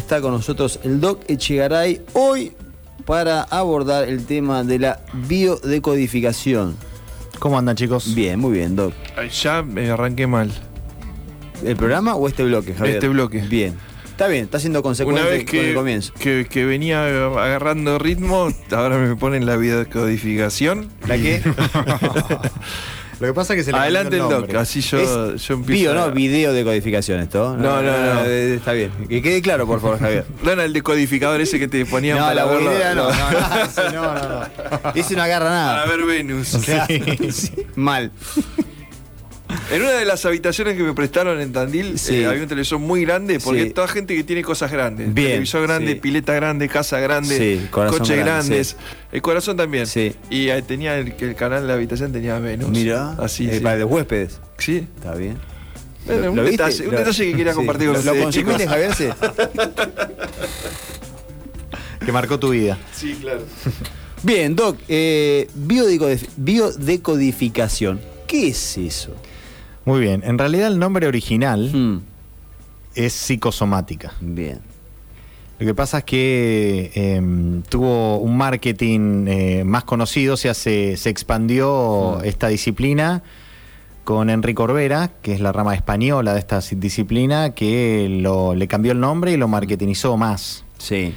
está con nosotros el Doc Echegaray hoy para abordar el tema de la biodecodificación. ¿Cómo andan, chicos? Bien, muy bien, Doc. Ya me arranqué mal. ¿El programa o este bloque, Javier? Este bloque. Bien. Está bien, está siendo consecuente Una vez con el comienzo. que venía agarrando ritmo, ahora me ponen la biodecodificación. ¿La qué? Lo que pasa es que se le Adelante el cambió Doc, así yo empiezo. Bio, ¿no? Videodecodificación esto. No. Está bien. Que quede claro, por favor, Javier. No era el decodificador ese que te ponían No, para la ver bolera no. Ese no agarra nada. para ver Venus. Sí. Mal. En una de las habitaciones que me prestaron en Tandil, Sí. había un televisor muy grande, porque Sí. toda gente que tiene cosas grandes. Bien, Televisor grande, sí. pileta grande, casa grande, Sí, corazón coches grande, grandes. sí. El corazón también. Sí. Y tenía el canal de la habitación tenía Venus. Mira, Así, sí. para los huéspedes. Sí. Está bien. Bueno, un ¿Lo viste? detalle, un detalle que quería Sí. compartir con ¿Lo ustedes, consumiste, chicos. Javier? Sí. Que marcó tu vida. Sí, claro. Bien, Doc, biodecodificación. ¿Qué es eso? Muy bien. En realidad el nombre original Hmm, es psicosomática. Bien. Lo que pasa es que tuvo un marketing más conocido, o sea, se expandió esta disciplina con Enrique Corbera, que es la rama española de esta disciplina, que le cambió el nombre y lo marketingizó más. Sí.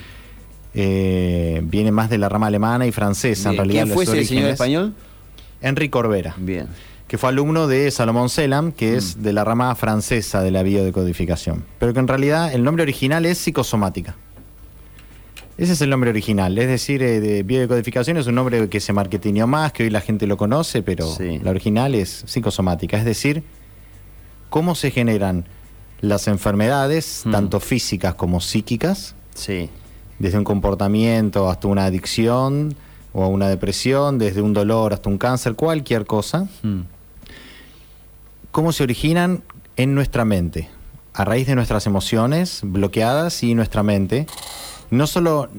Viene más de la rama alemana y francesa, Bien. en realidad. ¿Quién fue los ese señor orígenes. español? Enrique Corbera, Bien. que fue alumno de Salomón Selam, que es de la rama francesa de la biodecodificación. Pero que en realidad el nombre original es psicosomática. Ese es el nombre original, es decir, de biodecodificación es un nombre que se marketingó más, que hoy la gente lo conoce, pero Sí. la original es psicosomática, es decir, cómo se generan las enfermedades, tanto físicas como psíquicas, Sí. desde un comportamiento hasta una adicción o una depresión, desde un dolor hasta un cáncer, cualquier cosa, Hmm. cómo se originan en nuestra mente, a raíz de nuestras emociones bloqueadas y nuestra mente, no solo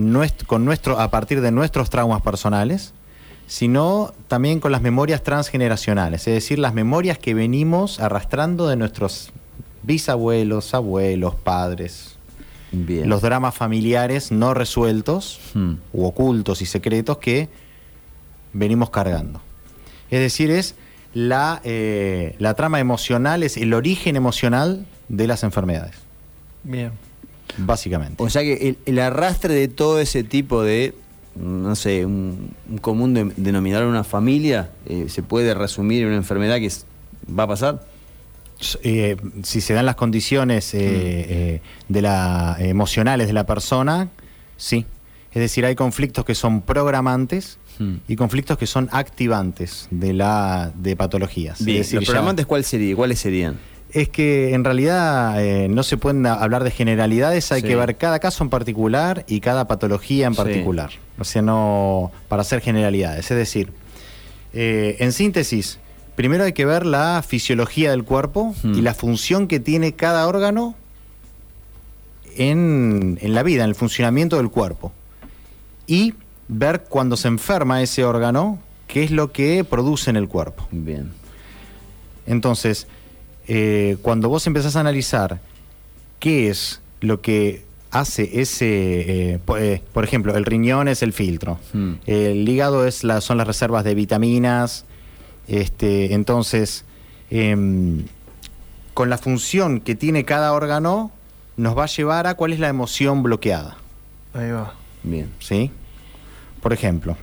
a partir de nuestros traumas personales, sino también con las memorias transgeneracionales, es decir, las memorias que venimos arrastrando de nuestros bisabuelos, abuelos, padres, Bien. los dramas familiares no resueltos Hmm. u ocultos y secretos que venimos cargando. Es decir, es la trama emocional, es el origen emocional de las enfermedades, Bien. básicamente. O sea que el arrastre de todo ese tipo de, no sé, un común denominador en una familia, se puede resumir en una enfermedad que va a pasar. Si se dan las condiciones emocionales de la persona, sí. Es decir, hay conflictos que son programantes y conflictos que son activantes de patologías. Bien. Es decir, ¿Los programantes cuáles serían? es que en realidad no se pueden hablar de generalidades, hay Sí. que ver cada caso en particular y cada patología en Sí. particular. O sea, no para hacer generalidades. Es decir, en síntesis, primero hay que ver la fisiología del cuerpo y la función que tiene cada órgano en la vida, en el funcionamiento del cuerpo. Y ver cuando se enferma ese órgano, qué es lo que produce en el cuerpo. Bien. Entonces, cuando vos empezás a analizar qué es lo que hace ese, por ejemplo, el riñón es el filtro, el hígado son las reservas de vitaminas, entonces, con la función que tiene cada órgano, nos va a llevar a cuál es la emoción bloqueada, Ahí va. Bien. ¿sí? Por ejemplo,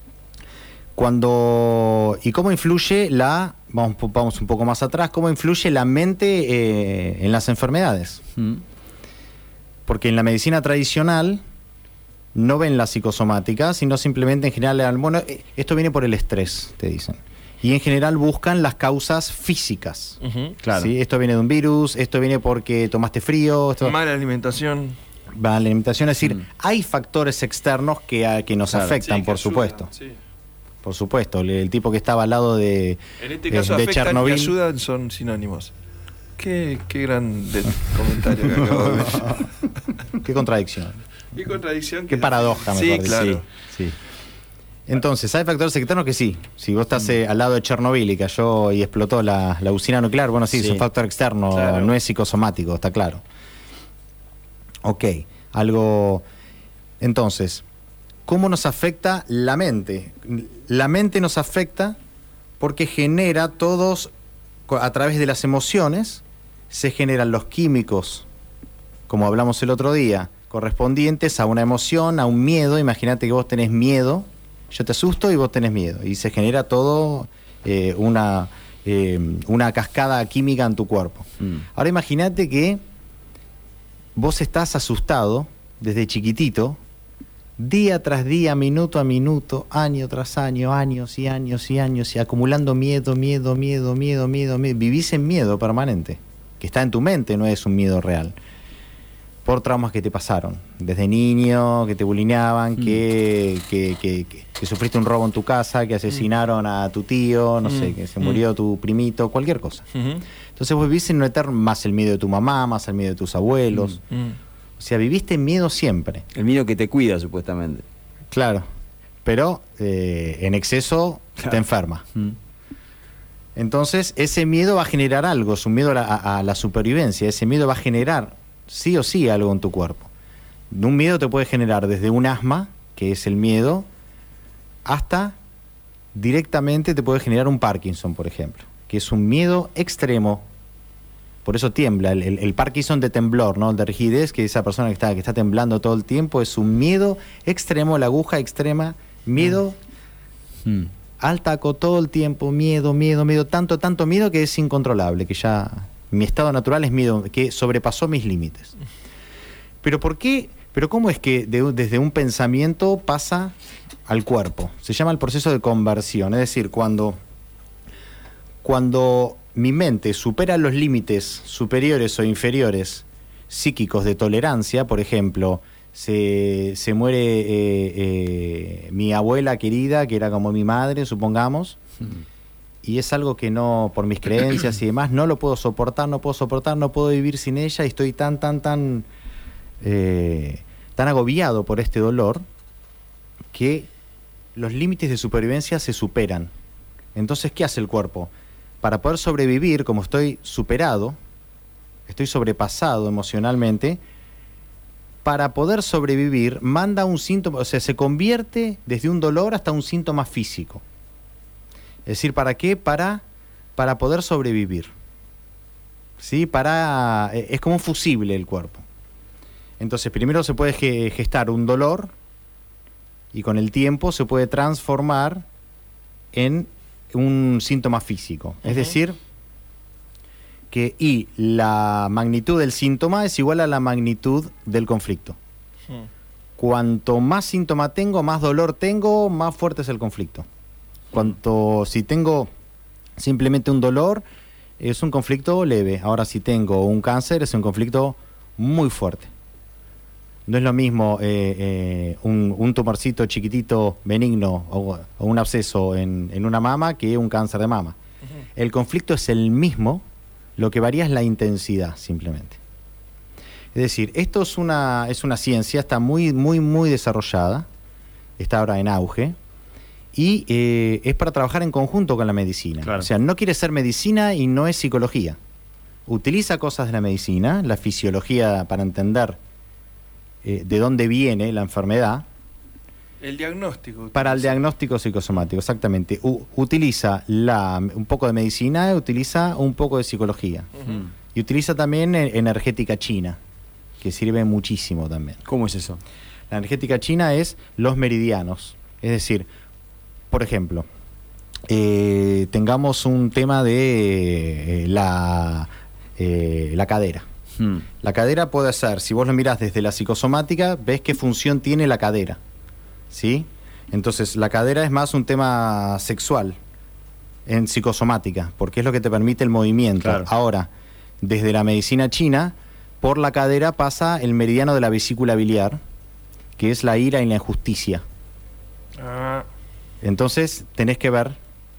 ¿y cómo influye vamos un poco más atrás, cómo influye la mente en las enfermedades? Porque en la medicina tradicional no ven la psicosomática, sino simplemente en general, bueno, esto viene por el estrés, te dicen. Y en general buscan las causas físicas. Claro. ¿Sí? Esto viene de un virus, esto viene porque tomaste frío. Mala alimentación. La alimentación, es decir, hay factores externos que nos Claro. afectan, Sí, que por ayudan, supuesto. sí. Por supuesto, el tipo que estaba al lado de En este caso de afectan y Chernobyl. ayudan son sinónimos. Qué gran comentario que acabo de ver. Qué contradicción. Qué contradicción. Qué paradoja, me Sí, parece. claro. Sí. Entonces, hay factores externos que sí. Si vos estás al lado de Chernobyl y cayó y explotó la usina nuclear, bueno, sí, Sí. es un factor externo, Claro. no es psicosomático, está claro. Ok, algo... Entonces, ¿cómo nos afecta la mente? La mente nos afecta porque genera todos, a través de las emociones, se generan los químicos, como hablamos el otro día, correspondientes a una emoción, a un miedo. Imagínate que vos tenés miedo, yo te asusto y vos tenés miedo. Y se genera todo una cascada química en tu cuerpo. Ahora imagínate que vos estás asustado desde chiquitito, día tras día, minuto a minuto, año tras año, años y años y años, y acumulando miedo. Vivís en miedo permanente, que está en tu mente, no es un miedo real. Por traumas que te pasaron, desde niño, que te bulineaban, que sufriste un robo en tu casa, que asesinaron a tu tío, no sé, que se murió tu primito, cualquier cosa. Entonces vos vivís en un eterno, más el miedo de tu mamá, más el miedo de tus abuelos. O sea, viviste en miedo siempre. El miedo que te cuida, supuestamente. Claro, pero en exceso te enferma. Entonces, ese miedo va a generar algo, es un miedo a la supervivencia. Ese miedo va a generar, sí o sí, algo en tu cuerpo. Un miedo te puede generar desde un asma, que es el miedo, hasta directamente te puede generar un Parkinson, por ejemplo, que es un miedo extremo. Por eso tiembla, el Parkinson de temblor, ¿no? El de rigidez, que esa persona que está temblando todo el tiempo, es un miedo extremo, la aguja extrema, miedo altaco todo el tiempo, miedo, tanto miedo que es incontrolable, que ya mi estado natural es miedo, que sobrepasó mis límites. ¿Pero por qué? ¿Pero cómo es que desde un pensamiento pasa al cuerpo? Se llama el proceso de conversión, es decir, cuando mi mente supera los límites superiores o inferiores psíquicos de tolerancia. Por ejemplo, se muere mi abuela querida, que era como mi madre, supongamos, y es algo que no, por mis creencias y demás, no lo puedo soportar, no puedo vivir sin ella, y estoy tan agobiado por este dolor que los límites de supervivencia se superan. Entonces, ¿qué hace el cuerpo? Para poder sobrevivir, como estoy superado, estoy sobrepasado emocionalmente, para poder sobrevivir, manda un síntoma, o sea, se convierte desde un dolor hasta un síntoma físico. Es decir, ¿para qué? Para poder sobrevivir. ¿Sí? Es como un fusible el cuerpo. Entonces, primero se puede gestar un dolor, y con el tiempo se puede transformar en un síntoma físico. Es decir, que la magnitud del síntoma es igual a la magnitud del conflicto. Cuanto más síntoma tengo, más dolor tengo, más fuerte es el conflicto. Si tengo simplemente un dolor, es un conflicto leve. Ahora, si tengo un cáncer, es un conflicto muy fuerte. No es lo mismo un tumorcito chiquitito, benigno, o un absceso en una mama, que un cáncer de mama. El conflicto es el mismo, lo que varía es la intensidad, simplemente. Es decir, esto es una ciencia, está muy desarrollada, está ahora en auge, y es para trabajar en conjunto con la medicina. Claro. O sea, no quiere ser medicina y no es psicología. Utiliza cosas de la medicina, la fisiología, para entender de dónde viene la enfermedad. El diagnóstico. Para el diagnóstico psicosomático, exactamente. Utiliza un poco de medicina, utiliza un poco de psicología. Y utiliza también energética china, que sirve muchísimo también. ¿Cómo es eso? La energética china es los meridianos. Es decir, por ejemplo, tengamos un tema de la cadera. La cadera puede ser, si vos lo mirás desde la psicosomática, ves qué función tiene la cadera, ¿sí? Entonces, la cadera es más un tema sexual en psicosomática, porque es lo que te permite el movimiento. Claro. Ahora, desde la medicina china, por la cadera pasa el meridiano de la vesícula biliar, que es la ira y la injusticia. Entonces, tenés que ver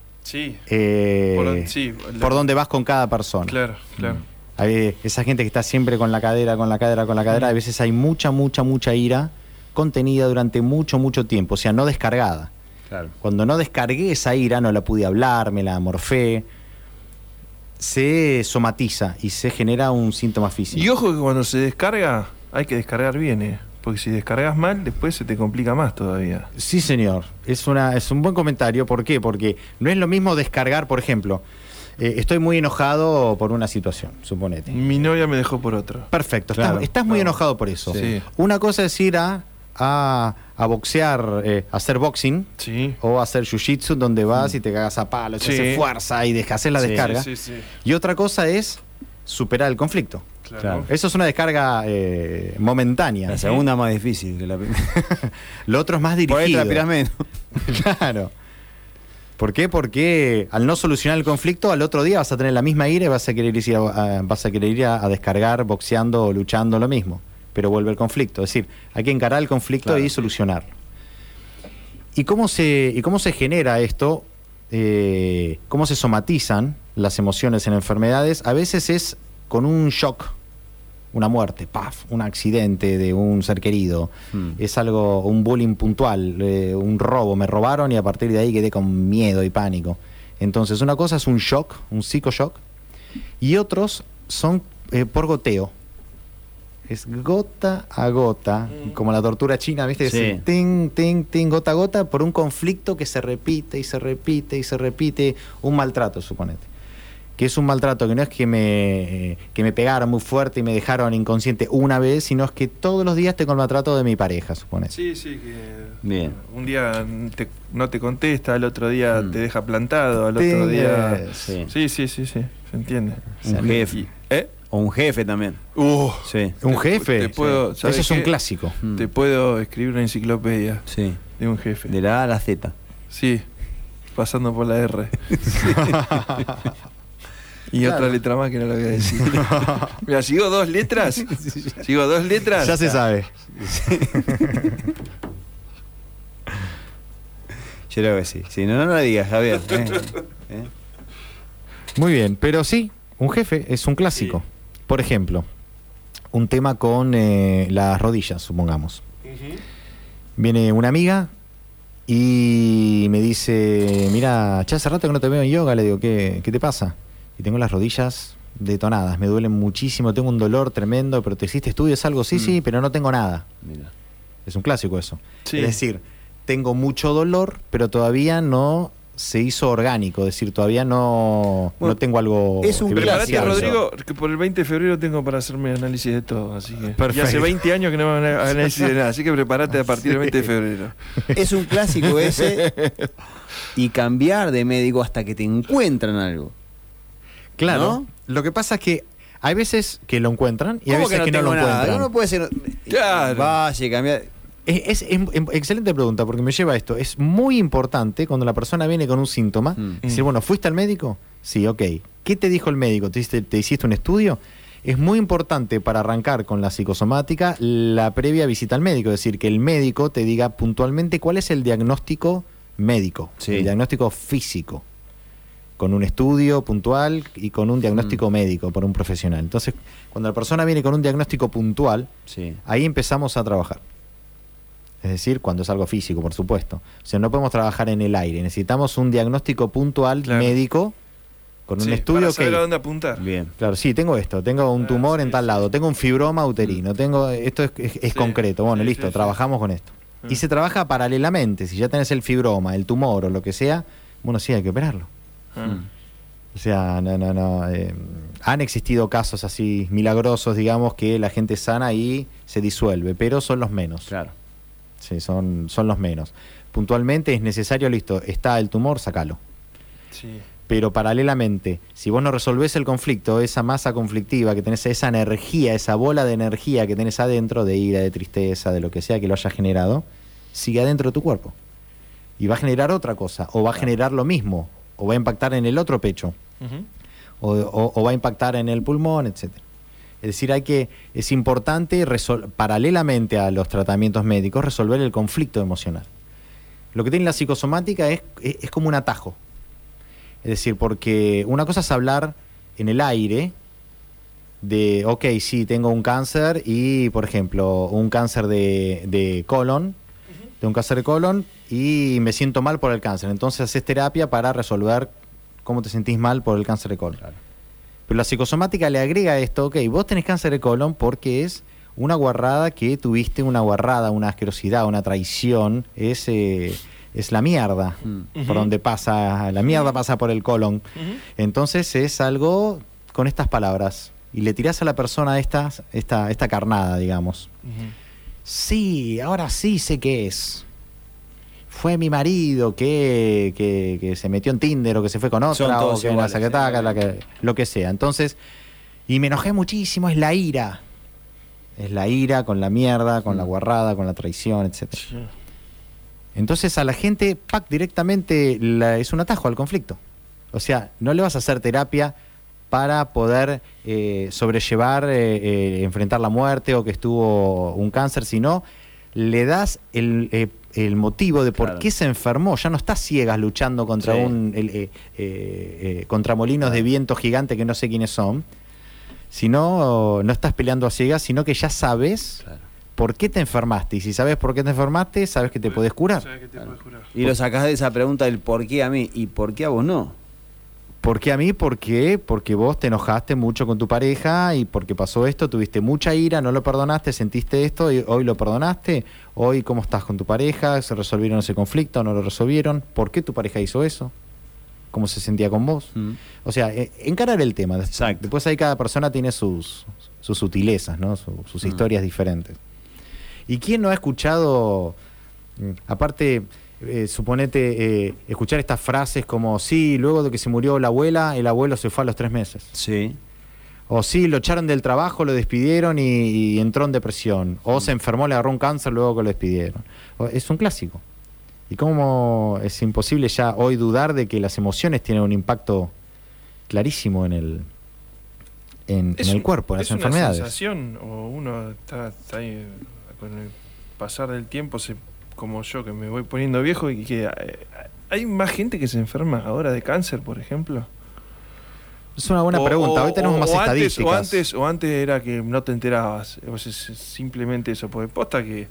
por dónde vas con cada persona. Claro. Hay esa gente que está siempre con la cadera, a veces hay mucha ira contenida durante mucho tiempo, o sea, no descargada. Claro. Cuando no descargué esa ira, no la pude hablar, me la morfé, se somatiza y se genera un síntoma físico. Y ojo que cuando se descarga, hay que descargar bien, porque si descargas mal, después se te complica más todavía. Sí, señor. Es un buen comentario. ¿Por qué? Porque no es lo mismo descargar, por ejemplo, estoy muy enojado por una situación, suponete. Mi novia me dejó por otra. Perfecto, Claro. estás muy enojado por eso. Sí. Una cosa es ir a boxear, a hacer boxing, Sí. o hacer jiu-jitsu, donde vas y te cagas a palos, Sí. y haces fuerza y hacer la Sí. descarga. Sí, sí, sí. Y otra cosa es superar el conflicto. Claro. Eso es una descarga momentánea. La segunda más difícil que la primera. Lo otro es más Por ahí dirigido. transpiras menos. Claro. ¿Por qué? Porque al no solucionar el conflicto, al otro día vas a tener la misma ira y vas a querer ir a descargar boxeando o luchando lo mismo. Pero vuelve el conflicto. Es decir, hay que encarar el conflicto Claro. y solucionarlo. ¿Y cómo se genera esto? ¿Cómo se somatizan las emociones en enfermedades? A veces es con un shock, una muerte, ¡paf! Un accidente de un ser querido. Es algo, un bullying puntual, un robo, me robaron y a partir de ahí quedé con miedo y pánico. Entonces, una cosa es un shock, un psicoshock, y otros son por goteo. Es gota a gota, como la tortura china, ¿viste? Sí. Es ting, ting, ting, gota a gota, por un conflicto que se repite y se repite y se repite. Un maltrato, suponete. Que es un maltrato que no es que me pegaron muy fuerte y me dejaron inconsciente una vez, sino es que todos los días tengo el maltrato de mi pareja, suponete. Sí, sí, que Bien. un día no te contesta, al otro día te deja plantado, al otro día... Sí. Sí, sí, sí, sí, se entiende. Un jefe. Y- O un jefe también. Sí. Un jefe, te puedo- sí. ¿sabes Eso es un qué? clásico. Te puedo escribir una enciclopedia Sí. de un jefe. De la A a la Z. Sí, pasando por la R. Y Claro. otra letra más que no la voy a decir. Mira, sigo dos letras. Sigo dos letras. Ya se sabe. Yo creo que sí. Si no, no lo digas, Javier. Muy bien, pero sí, un jefe es un clásico. Por ejemplo, un tema con las rodillas, supongamos. Viene una amiga y me dice, mira, ya hace rato que no te veo en yoga. Le digo, ¿qué te pasa? Y tengo las rodillas detonadas, me duelen muchísimo, tengo un dolor tremendo, pero ¿te hiciste estudios algo? Sí, sí, pero no tengo nada. Mira. Es un clásico eso. Sí. Es decir, tengo mucho dolor, pero todavía no se hizo orgánico, es decir, todavía no tengo algo es un Preparate, clásico. Rodrigo, que por el 20 de febrero tengo para hacerme análisis de todo. Así que. Perfecto. Y hace 20 años que no me hago análisis de nada. Así que prepárate a partir del 20 de febrero. Es un clásico ese. Y cambiar de médico hasta que te encuentran algo. Claro, ¿No? lo que pasa es que hay veces que lo encuentran y hay ¿Cómo veces que no lo tengo nada? encuentran. No puede ser. Claro. Vaya, cambiar. Es excelente pregunta porque me lleva a esto. Es muy importante cuando la persona viene con un síntoma, decir, bueno, ¿fuiste al médico? Sí, ok. ¿Qué te dijo el médico? ¿Te hiciste un estudio? Es muy importante para arrancar con la psicosomática la previa visita al médico, es decir, que el médico te diga puntualmente cuál es el diagnóstico médico, Sí. el diagnóstico físico, con un estudio puntual y con un diagnóstico médico por un profesional. Entonces, cuando la persona viene con un diagnóstico puntual, Sí. ahí empezamos a trabajar. Es decir, cuando es algo físico, por supuesto. O sea, no podemos trabajar en el aire. Necesitamos un diagnóstico puntual Claro. médico con un Sí, estudio para saber que... a dónde apuntar. Bien. Claro, sí, tengo esto. Tengo un tumor sí, en tal sí. lado. Tengo un fibroma uterino. Tengo esto es Sí, concreto. Bueno, sí, listo, sí, sí. trabajamos con esto. Ah. Y se trabaja paralelamente. Si ya tenés el fibroma, el tumor o lo que sea, bueno, sí, hay que operarlo. Ah. O sea, no. Han existido casos así milagrosos, digamos, que la gente sana y se disuelve, pero son los menos. Claro. Sí, son los menos. Puntualmente es necesario, listo, está el tumor, sacalo. Sí. Pero paralelamente, si vos no resolvés el conflicto, esa masa conflictiva que tenés, esa energía, esa bola de energía que tenés adentro, de ira, de tristeza, de lo que sea que lo haya generado, sigue adentro de tu cuerpo. Y va a generar otra cosa, o va a generar lo mismo, o va a impactar en el otro pecho, Ujú. o va a impactar en el pulmón, etcétera. Es decir, es importante paralelamente a los tratamientos médicos resolver el conflicto emocional. Lo que tiene la psicosomática es como un atajo. Es decir, porque una cosa es hablar en el aire de, ok, sí, tengo un cáncer y, por ejemplo, un cáncer de colon, tengo un cáncer de colon y me siento mal por el cáncer. Entonces haces terapia para resolver cómo te sentís mal por el cáncer de colon. Pero la psicosomática le agrega esto, ok, vos tenés cáncer de colon porque es una guarrada que tuviste, una guarrada, una asquerosidad, una traición, es la mierda, por donde pasa, la mierda pasa por el colon. Entonces es algo con estas palabras. Y le tirás a la persona esta carnada, digamos. Sí, ahora sí sé qué es. Fue mi marido que se metió en Tinder o que se fue con otra o que iguales, la saquetaca, lo que sea. Entonces, y me enojé muchísimo, es la ira. Es la ira con la mierda, con la guarrada, con la traición, etc. Entonces a la gente, directamente es un atajo al conflicto. O sea, no le vas a hacer terapia para poder sobrellevar, enfrentar la muerte o que estuvo un cáncer, sino le das el motivo de por qué se enfermó. Ya no estás ciegas luchando contra contra molinos de viento gigante que no sé quiénes son, sino no estás peleando a ciegas, sino que ya sabes por qué te enfermaste. Y si sabes por qué te enfermaste, sabes que te podés curar. Y lo sacás de esa pregunta del por qué a mí y por qué a vos no. ¿Por qué a mí? ¿Por qué? Porque vos te enojaste mucho con tu pareja y porque pasó esto, tuviste mucha ira, no lo perdonaste, sentiste esto y hoy lo perdonaste. Hoy, ¿cómo estás con tu pareja? ¿Se resolvieron ese conflicto? ¿No lo resolvieron? ¿Por qué tu pareja hizo eso? ¿Cómo se sentía con vos? O sea, encarar el tema. Exacto. Después ahí cada persona tiene sus sutilezas, ¿no? Sus historias diferentes. ¿Y quién no ha escuchado, aparte... suponete escuchar estas frases como sí, luego de que se murió la abuela, el abuelo se fue a los 3 meses. Sí. O sí, lo echaron del trabajo, lo despidieron y entró en depresión. O se enfermó, le agarró un cáncer luego que lo despidieron. Es un clásico. Y cómo es imposible ya hoy dudar de que las emociones tienen un impacto clarísimo en el cuerpo, en las enfermedades. Es una sensación, o uno está ahí con el pasar del tiempo como yo, que me voy poniendo viejo y que hay más gente que se enferma ahora de cáncer, por ejemplo. Es una buena pregunta. Hoy tenemos más estadísticas. O antes era que no te enterabas. O sea, simplemente eso. Porque posta que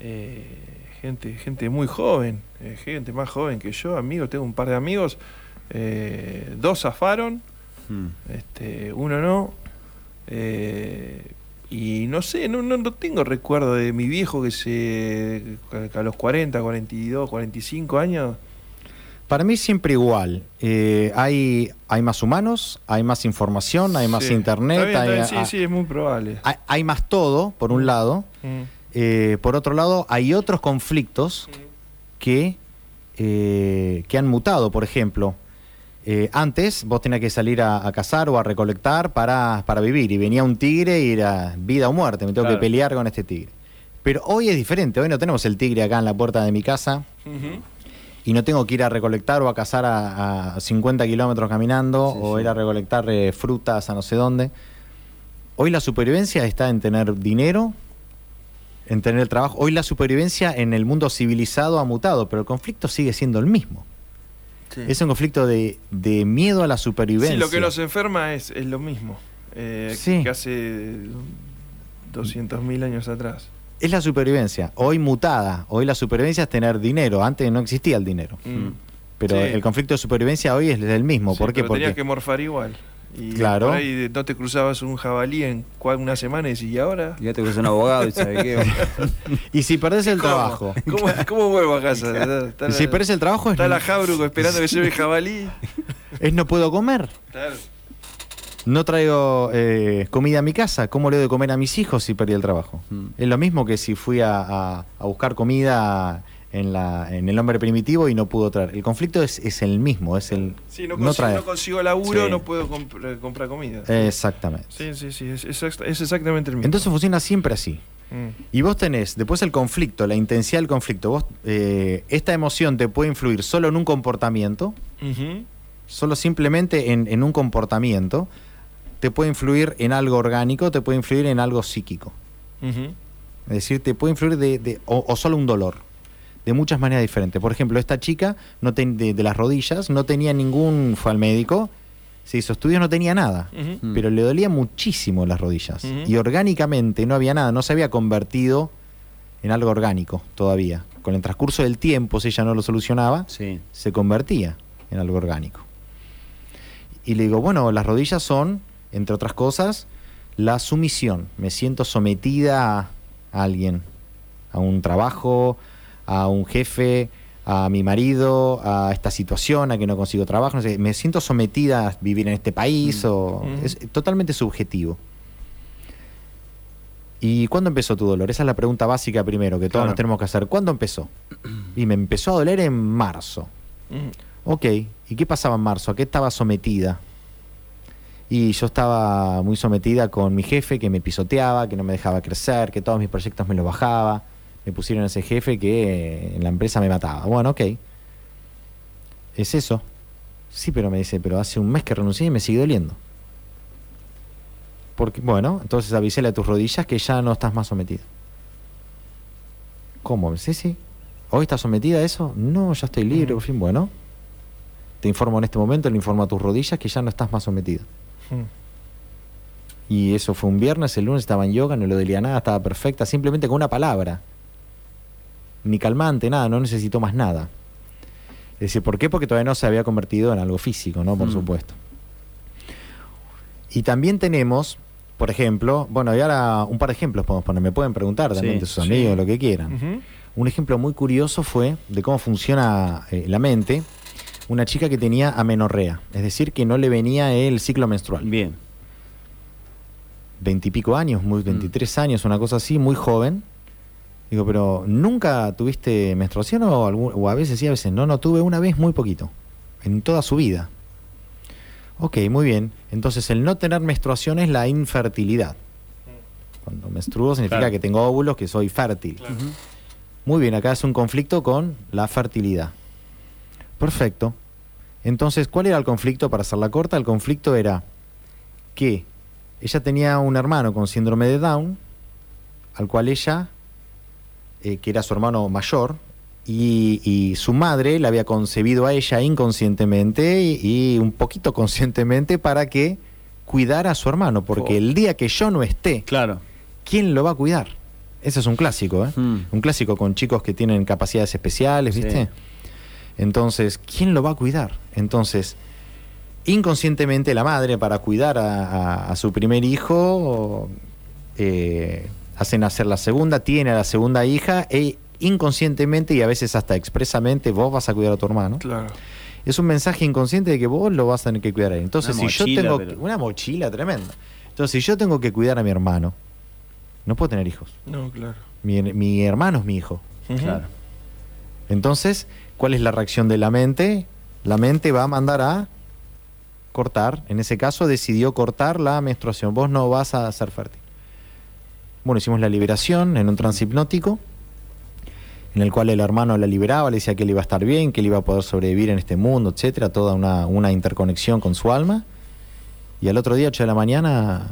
gente muy joven, gente más joven que yo, amigos, tengo un par de amigos, 2 zafaron, uno no. Y no sé, no tengo recuerdo de mi viejo que a los 40, 42, 45 años. Para mí siempre igual. Hay más humanos, hay más información, hay más internet. Sí, es muy probable. Hay más todo, por un lado. Por otro lado, hay otros conflictos que han mutado. Por ejemplo, antes vos tenías que salir a cazar o a recolectar para vivir. Y venía un tigre y era vida o muerte. Me tengo que pelear con este tigre. Pero hoy es diferente. Hoy no tenemos el tigre acá en la puerta de mi casa. Y no tengo que ir a recolectar o a cazar a 50 kilómetros caminando o ir a recolectar frutas a no sé dónde. Hoy la supervivencia está en tener dinero, en tener trabajo. Hoy la supervivencia en el mundo civilizado ha mutado, pero el conflicto sigue siendo el mismo. Sí. Es un conflicto de miedo a la supervivencia. Sí, lo que nos enferma es lo mismo que hace 200.000 años atrás. Es la supervivencia, hoy mutada. Hoy la supervivencia es tener dinero. Antes no existía el dinero. Pero el conflicto de supervivencia hoy es el mismo. ¿Por qué? Porque tenías que morfar igual. Y por ahí no te cruzabas un jabalí en una semana y decís, ¿y ahora? Ya te cruzas un abogado y sabes qué. Y si perdés el trabajo. ¿Cómo vuelvo a casa? Si perdés el trabajo está la Jabruco esperando que lleve el jabalí. Es no puedo comer. Claro. No traigo comida a mi casa. ¿Cómo le doy de comer a mis hijos si perdí el trabajo? Es lo mismo que si fui a buscar comida en el hombre primitivo y no pudo traer. El conflicto es el mismo. Es el no consigo laburo, no puedo comprar comida. Exactamente. Sí, es exactamente el mismo. Entonces funciona siempre así. Y vos tenés después el conflicto, la intensidad del conflicto. Esta emoción te puede influir solo en un comportamiento, solo simplemente en un comportamiento. Te puede influir en algo orgánico, te puede influir en algo psíquico. Es decir, te puede influir o solo un dolor, de muchas maneras diferentes. Por ejemplo, esta chica de las rodillas no tenía fue al médico, se hizo estudios, no tenía nada, pero le dolía muchísimo las rodillas. Y orgánicamente no había nada, no se había convertido en algo orgánico todavía. Con el transcurso del tiempo, si ella no lo solucionaba, se convertía en algo orgánico. Y le digo, bueno, las rodillas son, entre otras cosas, La sumisión. Me siento sometida a alguien, a un trabajo, a un jefe, a mi marido, a esta situación, a que no consigo trabajo, no sé, me siento sometida a vivir en este país, es totalmente subjetivo. ¿Y cuándo empezó tu dolor? Esa es la pregunta básica primero, que todos nos tenemos que hacer. ¿Cuándo empezó? Y me empezó a doler en marzo. Ok, ¿y qué pasaba en marzo? ¿A qué estaba sometida? Y yo estaba muy sometida con mi jefe, que me pisoteaba, que no me dejaba crecer, que todos mis proyectos me los bajaba. Me pusieron a ese jefe que en la empresa me mataba. Bueno, ok. ¿Es eso? Sí, pero me dice, pero hace un mes que renuncié y me sigue doliendo. Porque, bueno, entonces avísale a tus rodillas que ya no estás más sometida. ¿Cómo? Sí. ¿Hoy estás sometida a eso? No, ya estoy libre, por fin. Bueno, te informo en este momento, le informo a tus rodillas que ya no estás más sometida. Y eso fue un viernes, el lunes estaba en yoga, no le dolía nada, estaba perfecta, simplemente con una palabra. Ni calmante, nada, no necesitó más nada. Es decir, ¿por qué? Porque todavía no se había convertido en algo físico, ¿no? Por supuesto. Y también tenemos, por ejemplo, bueno, y ahora un par de ejemplos podemos poner, me pueden preguntar también de sus amigos, lo que quieran. Un ejemplo muy curioso fue de cómo funciona la mente. Una chica que tenía amenorrea, es decir, que no le venía el ciclo menstrual. Bien. 20 y pico años, 23 años, una cosa así, muy joven. Digo, pero ¿nunca tuviste menstruación o a veces sí, a veces no? No, tuve una vez muy poquito, en toda su vida. Ok, muy bien. Entonces el no tener menstruación es la infertilidad. Cuando menstruo significa que tengo óvulos, que soy fértil. Muy bien, acá es un conflicto con la fertilidad. Perfecto. Entonces, ¿cuál era el conflicto? Para hacerla corta, el conflicto era que ella tenía un hermano con síndrome de Down, al cual ella, que era su hermano mayor, y su madre la había concebido a ella inconscientemente y un poquito conscientemente para que cuidara a su hermano, porque el día que yo no esté, ¿quién lo va a cuidar? Ese es un clásico, ¿eh? Un clásico con chicos que tienen capacidades especiales, ¿viste? Sí. Entonces, ¿quién lo va a cuidar? Entonces, inconscientemente la madre, para cuidar a su primer hijo, hace nacer la segunda, tiene a la segunda hija, e inconscientemente y a veces hasta expresamente, vos vas a cuidar a tu hermano. Claro. Es un mensaje inconsciente de que vos lo vas a tener que cuidar a él. Entonces, una mochila tremenda. Entonces, si yo tengo que cuidar a mi hermano, no puedo tener hijos. No, claro. Mi hermano es mi hijo. Claro. Entonces, ¿cuál es la reacción de la mente? La mente va a mandar a cortar. En ese caso decidió cortar la menstruación. Vos no vas a ser fértil. Bueno, hicimos la liberación en un trance hipnótico, en el cual el hermano la liberaba, le decía que él iba a estar bien, que él iba a poder sobrevivir en este mundo, etcétera, toda una interconexión con su alma. Y al otro día, 8 de la mañana,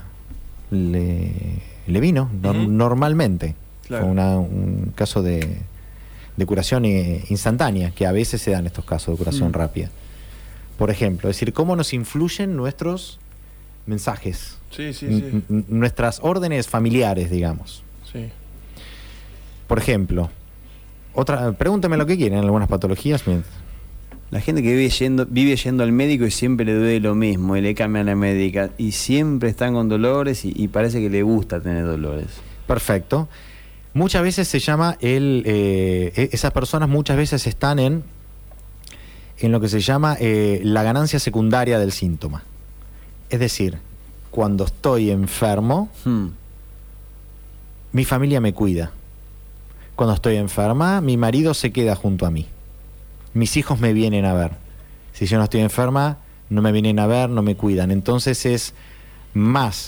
le vino normalmente. Claro. Fue un caso de curación instantánea, que a veces se dan estos casos de curación rápida. Por ejemplo, es decir, cómo nos influyen nuestros mensajes, nuestras órdenes familiares, digamos. Sí. Por ejemplo, pregúntame lo que quieren, algunas patologías. La gente que vive yendo al médico y siempre le duele lo mismo, y le cambian la médica, y siempre están con dolores y parece que le gusta tener dolores. Perfecto. Muchas veces se llama esas personas muchas veces están en lo que se llama la ganancia secundaria del síntoma. Es decir, cuando estoy enfermo, mi familia me cuida. Cuando estoy enferma, mi marido se queda junto a mí. Mis hijos me vienen a ver. Si yo no estoy enferma, no me vienen a ver, no me cuidan. Entonces es más...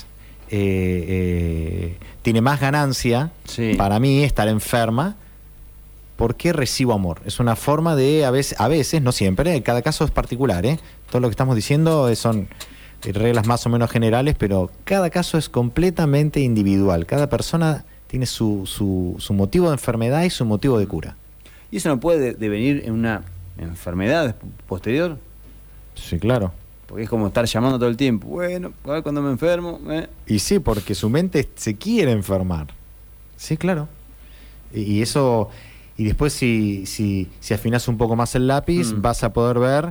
tiene más ganancia para mí estar enferma porque recibo amor. Es una forma de, a veces, no siempre, cada caso es particular, todo lo que estamos diciendo son reglas más o menos generales, pero cada caso es completamente individual. Cada persona tiene su motivo de enfermedad y su motivo de cura. ¿Y eso no puede devenir en una enfermedad posterior? Sí, claro. Porque es como estar llamando todo el tiempo. Bueno, a ver cuando me enfermo. Y sí, porque su mente se quiere enfermar. Sí, claro. Y eso... Y después si afinás un poco más el lápiz, vas a poder ver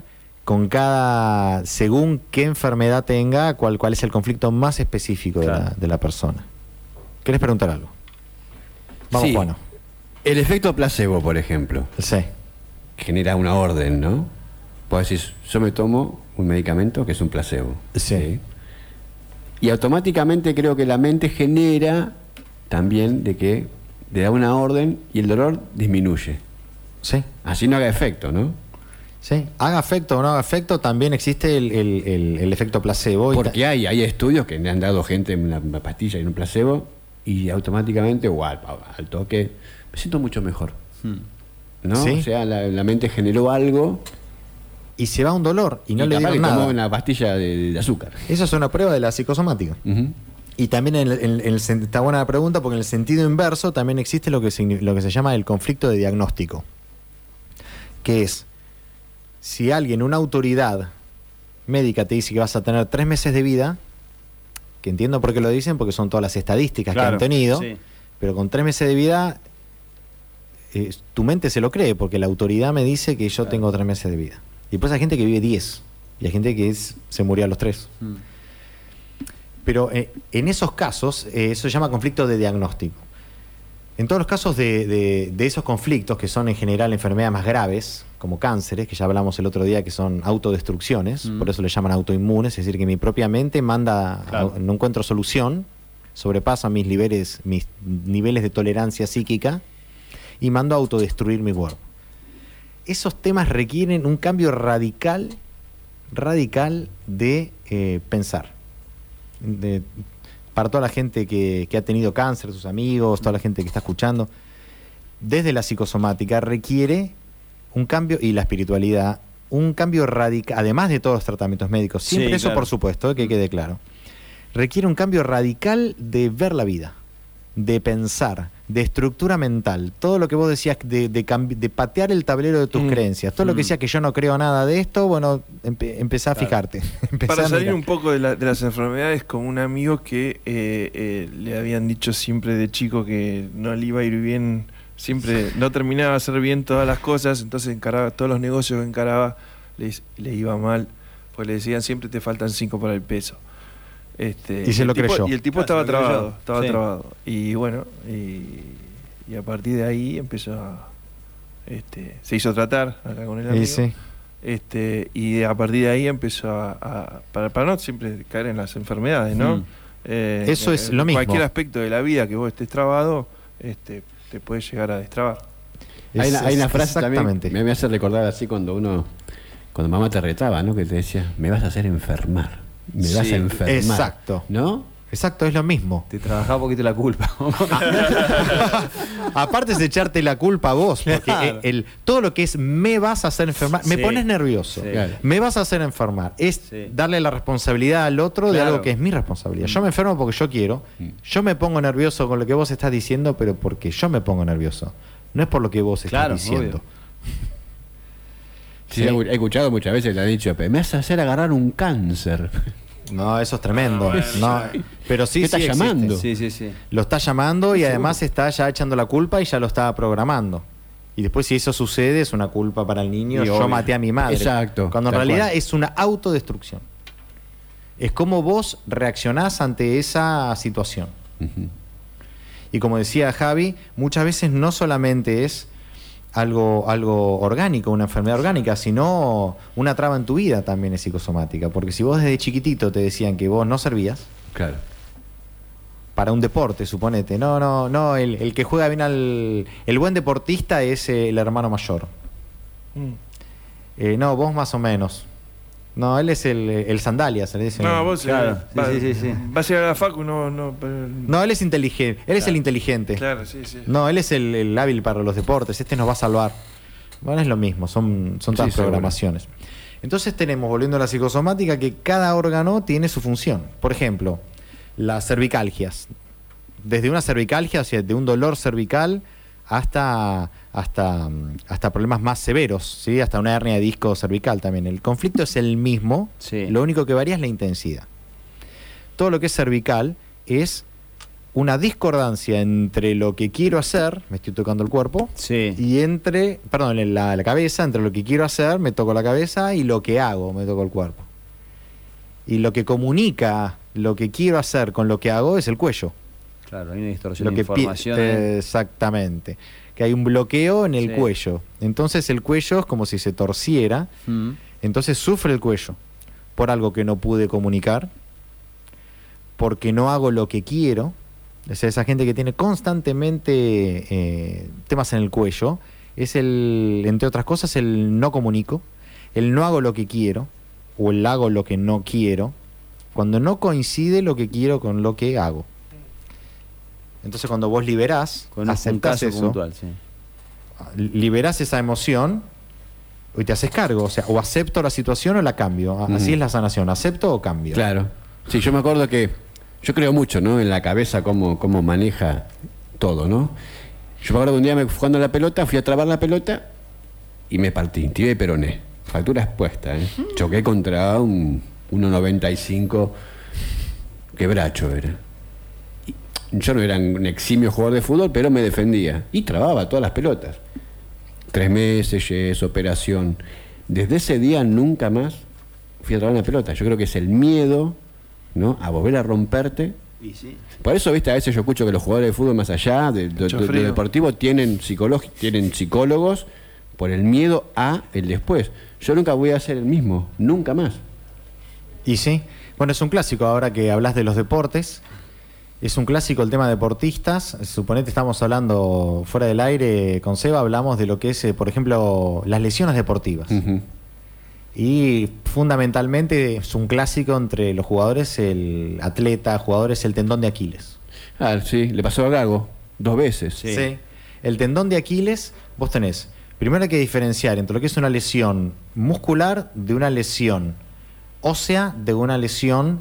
según qué enfermedad tenga, cuál es el conflicto más específico de la persona. ¿Querés preguntar algo? Vamos, sí. Juan. El efecto placebo, por ejemplo, Sí. genera una orden, ¿no? Vos decís, yo me tomo un medicamento que es un placebo. Sí. Y automáticamente creo que la mente genera también de que le da una orden y el dolor disminuye. Sí. Así no haga efecto, ¿no? Sí. Haga efecto o no haga efecto, también existe el efecto placebo. Porque hay estudios que le han dado gente una pastilla y un placebo y automáticamente, o al toque, me siento mucho mejor. ¿No? Sí. O sea, la mente generó algo y se va un dolor y no y le capaz dieron que tomó nada. una pastilla de azúcar. Eso es una prueba de la psicosomática. Ujú. Y también está buena la pregunta, porque en el sentido inverso también existe lo que se llama el conflicto de diagnóstico, que es si alguien, una autoridad médica te dice que vas a tener 3 meses de vida, que entiendo por qué lo dicen, porque son todas las estadísticas que han tenido, sí. pero con 3 meses de vida tu mente se lo cree, porque la autoridad me dice que yo tengo 3 meses de vida. Y después hay gente que vive 10, y hay gente que se murió a los 3. Pero en esos casos, eso se llama conflicto de diagnóstico. En todos los casos de esos conflictos, que son en general enfermedades más graves, como cánceres, que ya hablamos el otro día, que son autodestrucciones, por eso le llaman autoinmunes, es decir, que mi propia mente manda, no encuentro solución, sobrepasa mis niveles de tolerancia psíquica y mando a autodestruir mi cuerpo. Esos temas requieren un cambio radical de pensar. Para toda la gente que ha tenido cáncer, sus amigos, toda la gente que está escuchando, desde la psicosomática requiere un cambio, y la espiritualidad, un cambio radical, además de todos los tratamientos médicos, siempre eso por supuesto, que quede claro, requiere un cambio radical de ver la vida, de pensar, de estructura mental, todo lo que vos decías de patear el tablero de tus creencias, todo lo que decía que yo no creo nada de esto, bueno, empezá a fijarte. Para salir un poco de las enfermedades, con un amigo que le habían dicho siempre de chico que no le iba a ir bien, siempre no terminaba de hacer bien todas las cosas, entonces encaraba todos los negocios que encaraba, le iba mal, pues le decían siempre te faltan 5 para el peso. Y se lo creyó. Y el tipo estaba trabado. Y bueno, y a partir de ahí empezó a... se hizo tratar acá con el amigo. Sí. Y a partir de ahí empezó para no siempre caer en las enfermedades, ¿no? Eso es lo mismo. Cualquier aspecto de la vida que vos estés trabado, te puede llegar a destrabar. Hay una frase también que me hace recordar así cuando mamá te retaba, ¿no? Que te decía, me vas a hacer enfermar. Me vas a enfermar. Exacto. ¿No? Exacto, es lo mismo. Te trabajaba un poquito la culpa. Aparte es echarte la culpa a vos, porque Claro. todo lo que es me vas a hacer enfermar, me Sí. pones nervioso, Sí. Claro. me vas a hacer enfermar, es Sí. darle la responsabilidad al otro de Claro. algo que es mi responsabilidad. Yo me enfermo porque yo quiero, yo me pongo nervioso con lo que vos estás diciendo, pero porque yo me pongo nervioso, no es por lo que vos estás Claro, diciendo. obvio. Sí, he escuchado muchas veces, le han dicho, me vas a hacer agarrar un cáncer. No, eso es tremendo. No, pero sí, ¿Qué está existe. llamando? Sí. Lo está llamando y además está ya echando la culpa y ya lo está programando. Y después si eso sucede es una culpa para el niño. Y Yo obvio. maté a mi madre. Exacto, Cuando en tal realidad cual. es una autodestrucción. Es como vos reaccionás ante esa situación. Ujú. Y como decía Javi, muchas veces no solamente es algo orgánico, una enfermedad orgánica, sino una traba en tu vida también es psicosomática. Porque si vos desde chiquitito te decían que vos no servías Claro. para un deporte, suponete, no, el que juega bien el buen deportista es el hermano mayor. No, vos más o menos. No, él es el sandalia, se le dice. No, vos Claro, sí. vas a ir a la facu, no, pero- No, él es inteligente, él es el inteligente. Claro, sí. No, él es el hábil para los deportes, este nos va a salvar. Bueno, es lo mismo, son todas seguro. programaciones. Entonces tenemos, volviendo a la psicosomática, que cada órgano tiene su función. Por ejemplo, las cervicalgias. Desde una cervicalgia, o sea, de un dolor cervical hasta problemas más severos, ¿sí? Hasta una hernia de disco cervical también. El conflicto es el mismo, Sí. lo único que varía es la intensidad. Todo lo que es cervical es una discordancia entre lo que quiero hacer, me estoy tocando el cuerpo, Sí. y en la cabeza, entre lo que quiero hacer, me toco la cabeza, y lo que hago, me toco el cuerpo. Y lo que comunica lo que quiero hacer con lo que hago es el cuello. Claro, hay una distorsión Lo de que información. exactamente. Que hay un bloqueo en el Sí. cuello. Entonces el cuello es como si se torciera. Mm. Entonces sufre el cuello por algo que no pude comunicar, porque no hago lo que quiero. O sea, esa gente que tiene constantemente temas en el cuello, es entre otras cosas, el no comunico, el no hago lo que quiero, o el hago lo que no quiero, cuando no coincide lo que quiero con lo que hago. Entonces cuando vos liberás, Con un aceptás caso eso, puntual, sí. liberás esa emoción y te haces cargo, o sea, o acepto la situación o la cambio. Así es la sanación, acepto o cambio. Claro. Sí, yo me acuerdo que yo creo mucho, ¿no? En la cabeza cómo maneja todo, ¿no? Yo me acuerdo que un día jugando a la pelota, fui a trabar la pelota y me partí, tibia y peroné. Fractura expuesta, ¿eh? Choqué contra un 1.95 quebracho era. Y yo no era un eximio jugador de fútbol, pero me defendía y trababa todas las pelotas. 3 meses, yes, operación. Desde ese día nunca más fui a trabar una pelota. Yo creo que es el miedo, ¿no?, a volver a romperte. Y sí. Por eso, viste, a veces yo escucho que los jugadores de fútbol, más allá de lo deportivo, tienen psicólogos por el miedo a el después. Yo nunca voy a ser el mismo, nunca más. Y sí, bueno, es un clásico ahora que hablas de los deportes. Es un clásico el tema de deportistas. Suponete, estamos hablando fuera del aire con Seba, hablamos de lo que es, por ejemplo, las lesiones deportivas. Uh-huh. Y fundamentalmente es un clásico entre los jugadores, el atleta, jugadores, el tendón de Aquiles. Ah, sí, le pasó a Gago 2 veces. Sí. El tendón de Aquiles, vos tenés, primero hay que diferenciar entre lo que es una lesión muscular de una lesión ósea, de una lesión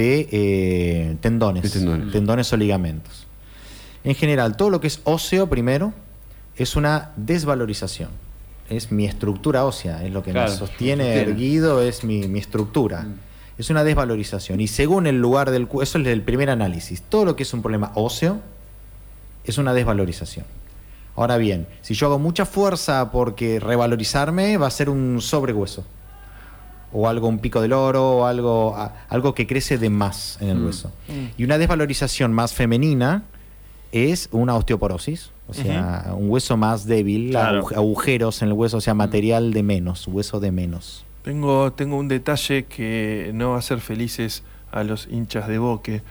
de tendones o ligamentos. En general, todo lo que es óseo, primero, es una desvalorización. Es mi estructura ósea, es lo que me sostiene erguido, es mi estructura. Es una desvalorización. Y según el lugar del cuerpo, eso es el primer análisis. Todo lo que es un problema óseo es una desvalorización. Ahora bien, si yo hago mucha fuerza porque revalorizarme, va a ser un sobrehueso. O algo, un pico del oro, o algo que crece de más en el hueso. Y una desvalorización más femenina es una osteoporosis, o sea, un hueso más débil, agujeros en el hueso, o sea, material de menos, hueso de menos. Tengo un detalle que no va a hacer felices a los hinchas de Boque,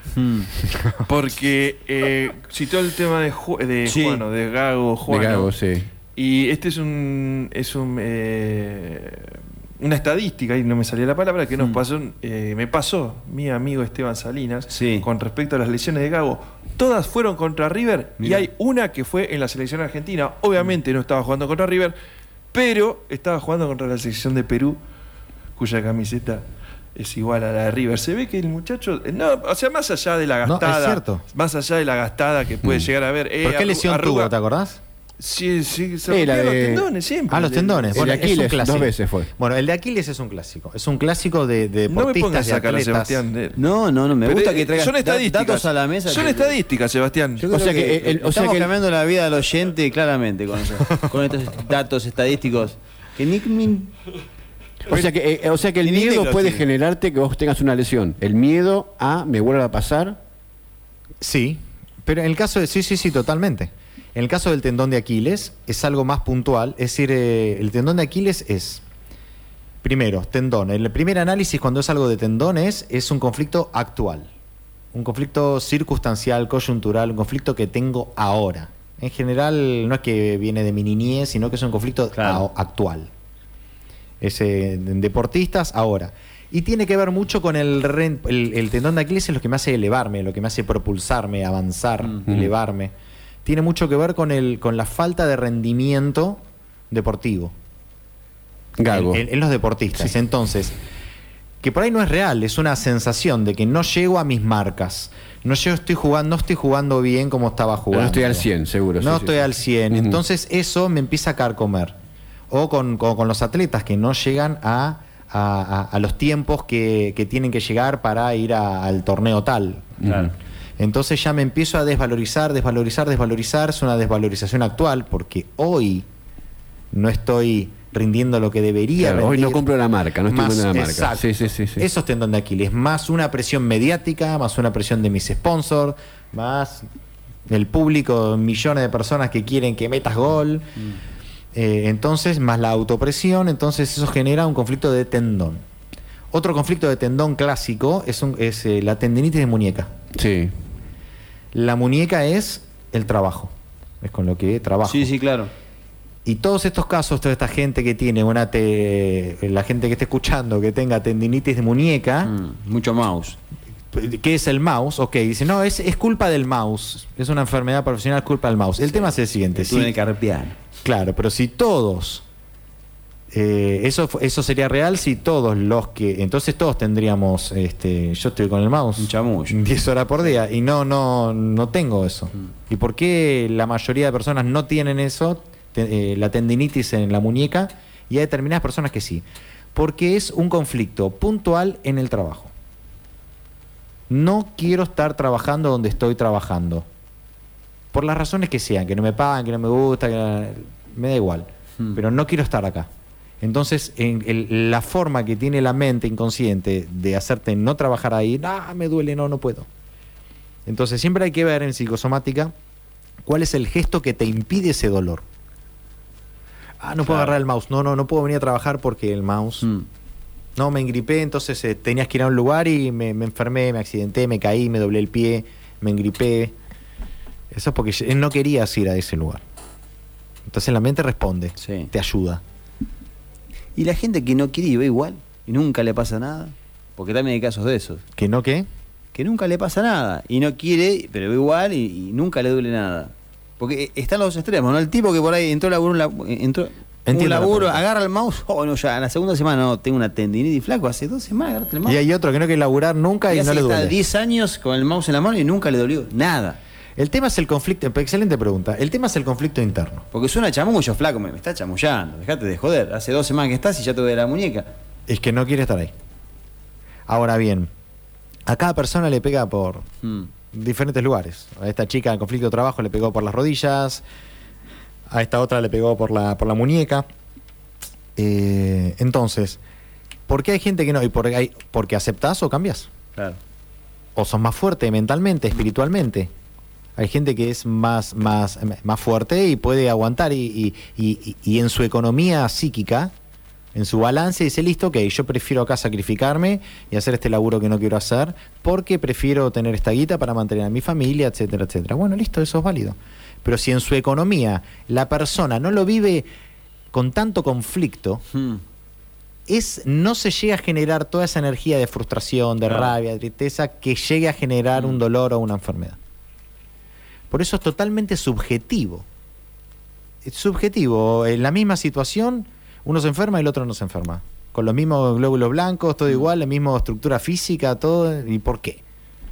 porque citó el tema de Gago, Juan. De Gago, sí. Y este es una estadística, y no me salía la palabra, que nos pasó, me pasó mi amigo Esteban Salinas, con respecto a las lesiones de Gago. Todas fueron contra River. Mirá. Y hay una que fue en la selección argentina. Obviamente no estaba jugando contra River, pero estaba jugando contra la selección de Perú, cuya camiseta es igual a la de River. Se ve que el muchacho, más allá de la gastada, es cierto. Más allá de la gastada que puede llegar a haber. ¿Por qué lesión tuvo, te acordás? Sí, se rompieron los tendones siempre. Los tendones. Bueno, el de Aquiles, 2 veces fue. Bueno, el de Aquiles es un clásico. Es un clásico de deportistas, no me pongas de a sacar a atletas. Sebastián. No, me gusta que traigas son estadísticas, datos a la mesa. Son estadísticas, Sebastián. Estamos cambiando la vida del oyente claramente con estos datos estadísticos. O sea que el miedo puede generarte que vos tengas una lesión. El miedo a me vuelva a pasar. Sí, pero en el caso de sí, totalmente. En el caso del tendón de Aquiles es algo más puntual, es decir, el tendón de Aquiles es, primero, tendón. El primer análisis cuando es algo de tendón es un conflicto actual, un conflicto circunstancial, coyuntural, un conflicto que tengo ahora. En general no es que viene de mi niñez, sino que es un conflicto actual. Es en deportistas ahora. Y tiene que ver mucho con el tendón de Aquiles, es lo que me hace elevarme, lo que me hace propulsarme, avanzar, elevarme. Tiene mucho que ver con la falta de rendimiento deportivo. Gago. En los deportistas. Sí. Entonces, que por ahí no es real, es una sensación de que no llego a mis marcas. No estoy jugando bien como estaba jugando. No estoy al 100, seguro. No estoy al 100. Entonces eso me empieza a carcomer. O con los atletas que no llegan a los tiempos que tienen que llegar para ir al torneo tal. Claro. Entonces ya me empiezo a desvalorizar, es una desvalorización actual, porque hoy no estoy rindiendo lo que debería Claro, rendir. hoy no cumplo la marca, no estoy Más, cumpliendo la marca. exacto. Sí. Eso es tendón de Aquiles, más una presión mediática, más una presión de mis sponsors, más el público, millones de personas que quieren que metas gol. Entonces, más la autopresión, entonces eso genera un conflicto de tendón. Otro conflicto de tendón clásico es la tendinitis de muñeca. Sí. La muñeca es el trabajo, es con lo que trabajo. Sí, claro. Y todos estos casos, toda esta gente que tiene la gente que esté escuchando que tenga tendinitis de muñeca, Mucho mouse. ¿qué es el mouse? Ok, dice, no, es culpa del mouse, es una enfermedad profesional, culpa del mouse. El tema es el siguiente. Túnel carpiano. Claro, pero si todos, eso sería real si todos los que, entonces todos tendríamos, yo estoy con el mouse Un chamullo. 10 horas por día y no tengo eso. ¿Y por qué la mayoría de personas no tienen eso, la tendinitis en la muñeca, y hay determinadas personas que sí? Porque es un conflicto puntual en el trabajo. No quiero estar trabajando donde estoy trabajando. Por las razones que sean, que no me pagan, que no me gusta, me da igual. Pero no quiero estar acá. Entonces, la forma que tiene la mente inconsciente de hacerte no trabajar ahí, me duele, no puedo. Entonces, siempre hay que ver en psicosomática cuál es el gesto que te impide ese dolor. No puedo agarrar el mouse. No puedo venir a trabajar porque el mouse... No, me engripé, entonces tenías que ir a un lugar y me enfermé, me accidenté, me caí, me doblé el pie, me engripé. Eso es porque no querías ir a ese lugar. Entonces la mente responde, te ayuda. Y la gente que no quiere y va igual, y nunca le pasa nada, porque también hay casos de esos. ¿Que no qué? Que nunca le pasa nada, y no quiere, pero va igual y nunca le duele nada. Porque están los extremos, ¿no? El tipo que por ahí entró a un laburo, agarra el mouse, ya en la segunda semana tengo una tendinitis, flaco, hace 2 semanas agarraste el mouse. Y hay otro que no quiere laburar nunca y no le duele. Está 10 años con el mouse en la mano y nunca le dolió nada. El tema es el conflicto, excelente pregunta, el tema es el conflicto interno. Porque suena chamullo, flaco, me está chamullando, dejate de joder, hace 2 semanas que estás y ya te duele la muñeca. Es que no quiere estar ahí. Ahora bien, a cada persona le pega por diferentes lugares. A esta chica en conflicto de trabajo le pegó por las rodillas, a esta otra le pegó por la muñeca. Entonces, ¿por qué hay gente que no? Porque aceptás o cambias. Claro. O sos más fuerte mentalmente, espiritualmente. Hay gente que es más fuerte y puede aguantar y en su economía psíquica, en su balance, dice, listo, ok, yo prefiero acá sacrificarme y hacer este laburo que no quiero hacer porque prefiero tener esta guita para mantener a mi familia, etcétera, etcétera. Bueno, listo, eso es válido. Pero si en su economía la persona no lo vive con tanto conflicto, no se llega a generar toda esa energía de frustración, de rabia, de tristeza, que llegue a generar un dolor o una enfermedad. Por eso es totalmente subjetivo. Es subjetivo. En la misma situación, uno se enferma y el otro no se enferma. Con los mismos glóbulos blancos, todo igual, la misma estructura física, todo. ¿Y por qué?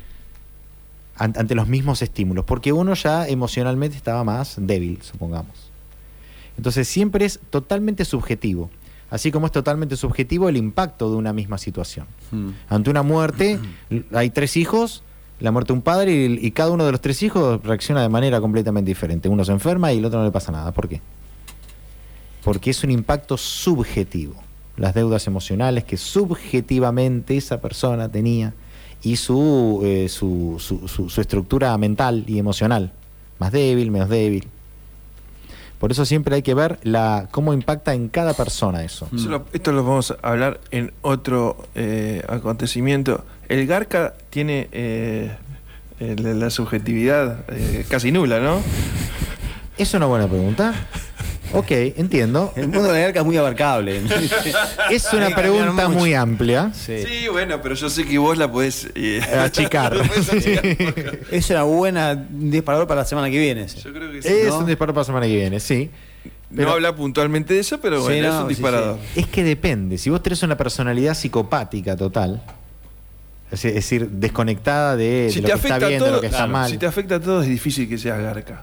Ante los mismos estímulos. Porque uno ya emocionalmente estaba más débil, supongamos. Entonces siempre es totalmente subjetivo. Así como es totalmente subjetivo el impacto de una misma situación. Ante una muerte, hay 3 hijos, la muerte de un padre, y cada uno de los 3 hijos reacciona de manera completamente diferente. Uno se enferma y el otro no le pasa nada. ¿Por qué? Porque es un impacto subjetivo. Las deudas emocionales que subjetivamente esa persona tenía y su estructura mental y emocional. Más débil, menos débil. Por eso siempre hay que ver cómo impacta en cada persona eso. Esto lo vamos a hablar en otro acontecimiento. El Garca tiene la subjetividad casi nula, ¿no? Es una buena pregunta. Ok, entiendo. El mundo de la Garca es muy abarcable. Es una pregunta muy amplia. Sí, bueno, pero yo sé que vos la podés achicar. Es una buena disparador para la semana que viene. Yo creo que sí. Es un disparador para la semana que viene, sí. Pero, no habla puntualmente de eso, pero bueno, es un disparador. Es que depende. Si vos tenés una personalidad psicopática total, es decir, desconectada de lo que está bien, de lo que está mal. Si te afecta a todo, es difícil que seas Garca.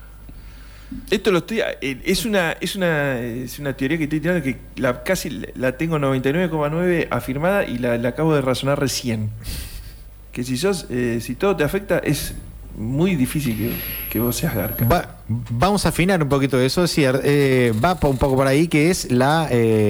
Esto lo estoy. Es una teoría que estoy tirando que casi la tengo 99,9 afirmada y la acabo de razonar recién. que si todo te afecta, es muy difícil que vos seas garca. Vamos a afinar un poquito de eso, es cierto, va un poco por ahí, que es la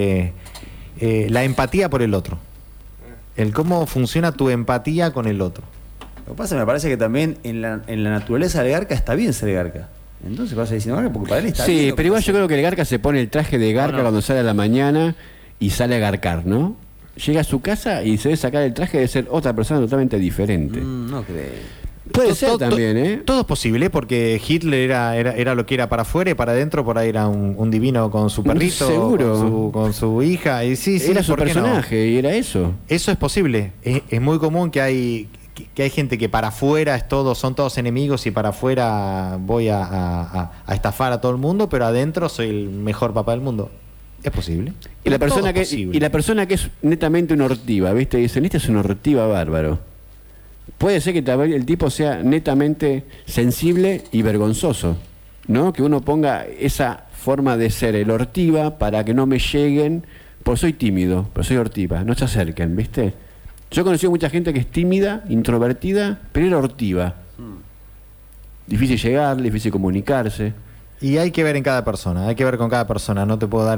empatía por el otro. El cómo funciona tu empatía con el otro. Lo que pasa, me parece que también en la naturaleza del garca está bien ser garca. Entonces vas a decir, no, porque para él está bien. Sí, pero igual yo creo que el garca se pone el traje de garca cuando sale a la mañana y sale a garcar, ¿no? Llega a su casa y se debe sacar el traje de ser otra persona totalmente diferente. No creo. Puede ser también, ¿eh? Todo es posible, porque Hitler era lo que era para afuera y para adentro, por ahí era un divino con su perrito, seguro. Con su hija. Y sí, era su personaje, no? y era eso. Eso es posible. Es muy común que hay gente que para afuera son todos enemigos y para afuera voy a estafar a todo el mundo, pero adentro soy el mejor papá del mundo. Es posible. Y la persona que es netamente una ortiva, ¿viste? Dicen, este es una ortiva bárbaro. Puede ser que el tipo sea netamente sensible y vergonzoso, ¿no? Que uno ponga esa forma de ser, el ortiva, para que no me lleguen, porque soy tímido, pero soy ortiva, no se acerquen, ¿viste? Yo he conocido mucha gente que es tímida, introvertida, pero era ortiva. Difícil llegar, difícil comunicarse. Y hay que ver en cada persona, hay que ver con cada persona. No te puedo dar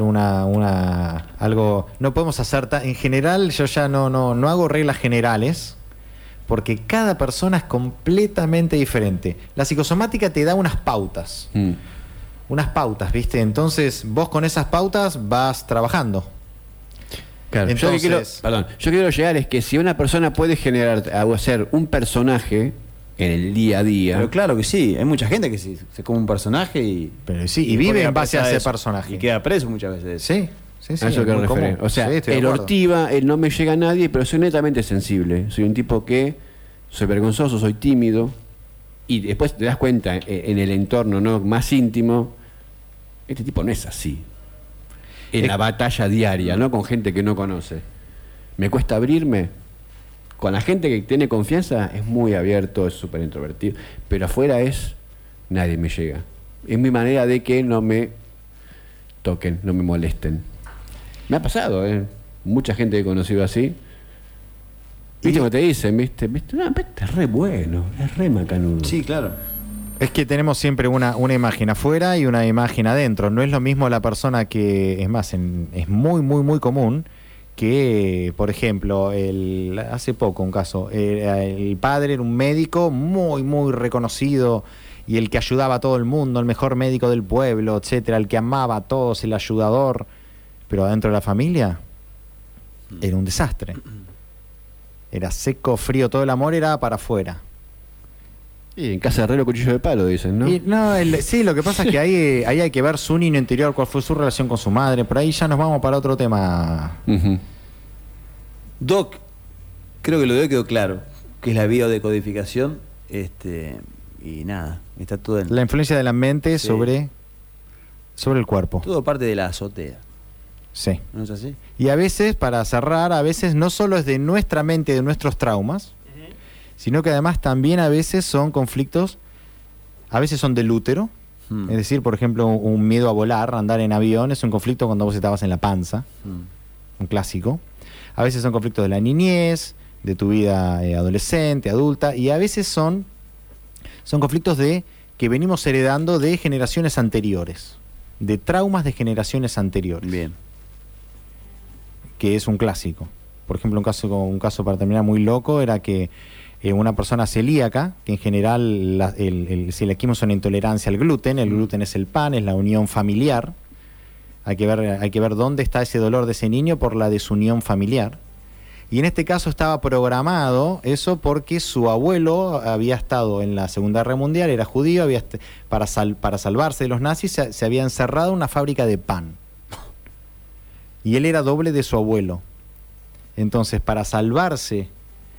algo. No podemos hacer en general. Yo ya no hago reglas generales, porque cada persona es completamente diferente. La psicosomática te da unas pautas. Unas pautas, ¿viste? Entonces vos con esas pautas vas trabajando. Claro. Entonces, yo quiero llegar es que si una persona puede generar o hacer un personaje en el día a día. Pero claro que sí, hay mucha gente que sí, se come un personaje y vive en base a ese personaje. Y queda preso muchas veces. Sí. A eso quiero referir. O sea, el ortiva, el no me llega a nadie, pero soy netamente sensible. Soy un tipo que soy vergonzoso, soy tímido. Y después te das cuenta en el entorno, ¿no?, más íntimo, este tipo no es así. En la batalla diaria, ¿no?, con gente que no conoce. Me cuesta abrirme. Con la gente que tiene confianza es muy abierto, es súper introvertido. Pero afuera nadie me llega. Es mi manera de que no me toquen, no me molesten. Me ha pasado, mucha gente que he conocido así. ¿Viste cómo te dicen? ¿Viste? No, este es re bueno, es re macanudo. Sí, claro. Es que tenemos siempre una imagen afuera y una imagen adentro. No es lo mismo la persona que, es más, es muy, muy, muy común que, por ejemplo, hace poco un caso, el padre era un médico muy, muy reconocido y el que ayudaba a todo el mundo, el mejor médico del pueblo, etcétera, el que amaba a todos, el ayudador, pero adentro de la familia era un desastre. Era seco, frío, todo el amor era para afuera. Y en casa de herrero cuchillo de palo, dicen, ¿no? Sí, lo que pasa es que ahí hay que ver su niño interior, cuál fue su relación con su madre. Por ahí ya nos vamos para otro tema. Doc, creo que lo de hoy quedó claro, que es la biodecodificación, y nada, está todo en... La influencia de la mente sobre el cuerpo. Todo parte de la azotea. Sí. ¿No es así? Y a veces, para cerrar, a veces no solo es de nuestra mente, de nuestros traumas, sino que además también a veces son conflictos, a veces son del útero. Es decir, por ejemplo, un miedo a volar, andar en avión, es un conflicto cuando vos estabas en la panza, un clásico. A veces son conflictos de la niñez, de tu vida adolescente, adulta, y a veces son conflictos que venimos heredando de generaciones anteriores, de traumas de generaciones anteriores. Bien. Que es un clásico. Por ejemplo, un caso para terminar muy loco era que una persona celíaca, que en general el celiaquismo es una intolerancia al gluten, el gluten es el pan, es la unión familiar. Hay que ver dónde está ese dolor de ese niño por la desunión familiar. Y en este caso estaba programado eso porque su abuelo había estado en la Segunda Guerra Mundial, era judío, para salvarse de los nazis se había encerrado en una fábrica de pan. Y él era doble de su abuelo. Entonces, para salvarse,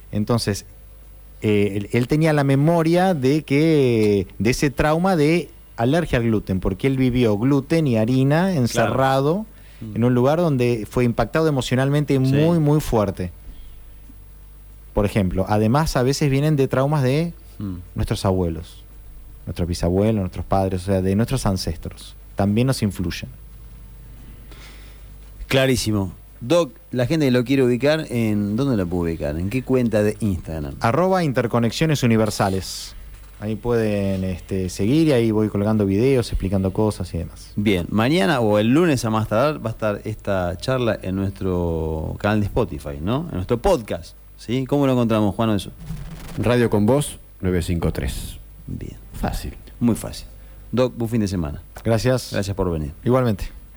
él tenía la memoria de ese trauma de alergia al gluten, porque él vivió gluten y harina encerrado en un lugar donde fue impactado emocionalmente muy, muy fuerte. Por ejemplo, además a veces vienen de traumas de nuestros abuelos, nuestros bisabuelos, nuestros padres, o sea, de nuestros ancestros. También nos influyen. Clarísimo. Doc, la gente que lo quiere ubicar, ¿dónde lo puede ubicar? ¿En qué cuenta de Instagram? @interconexiones universales. Ahí pueden seguir y ahí voy colgando videos, explicando cosas y demás. Bien, mañana o el lunes a más tardar va a estar esta charla en nuestro canal de Spotify, ¿no? En nuestro podcast, ¿sí? ¿Cómo lo encontramos, Juan, eso? Radio con Voz 953. Bien, Fácil. muy fácil. Doc, buen fin de semana. Gracias. Gracias por venir. Igualmente.